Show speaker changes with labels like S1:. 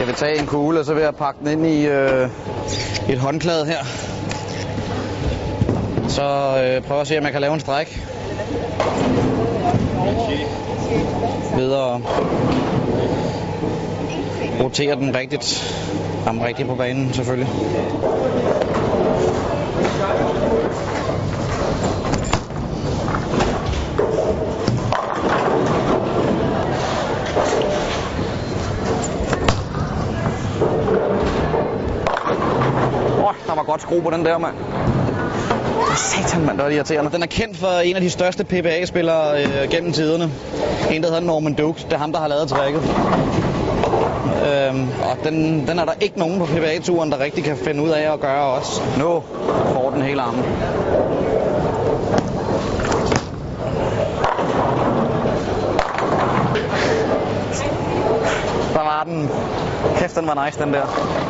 S1: vil tage en kugle, og så vil jeg pakke den ind i et håndklæde her. Så prøver at se, om jeg kan lave en stræk. Ved at rotere den rigtigt. Ramme rigtigt på banen, selvfølgelig. Der var godt skru på den der, mand. Satan, mand, det var irriterende. Den er kendt for en af de største PPA-spillere gennem tiderne. En, der hedder Norman Dukes. Det er ham, der har lavet tricket. Og den er der ikke nogen på PPA-turen, der rigtig kan finde ud af at gøre også. Nu får den hele armen. Der var den. Kæft, den var nice, den der.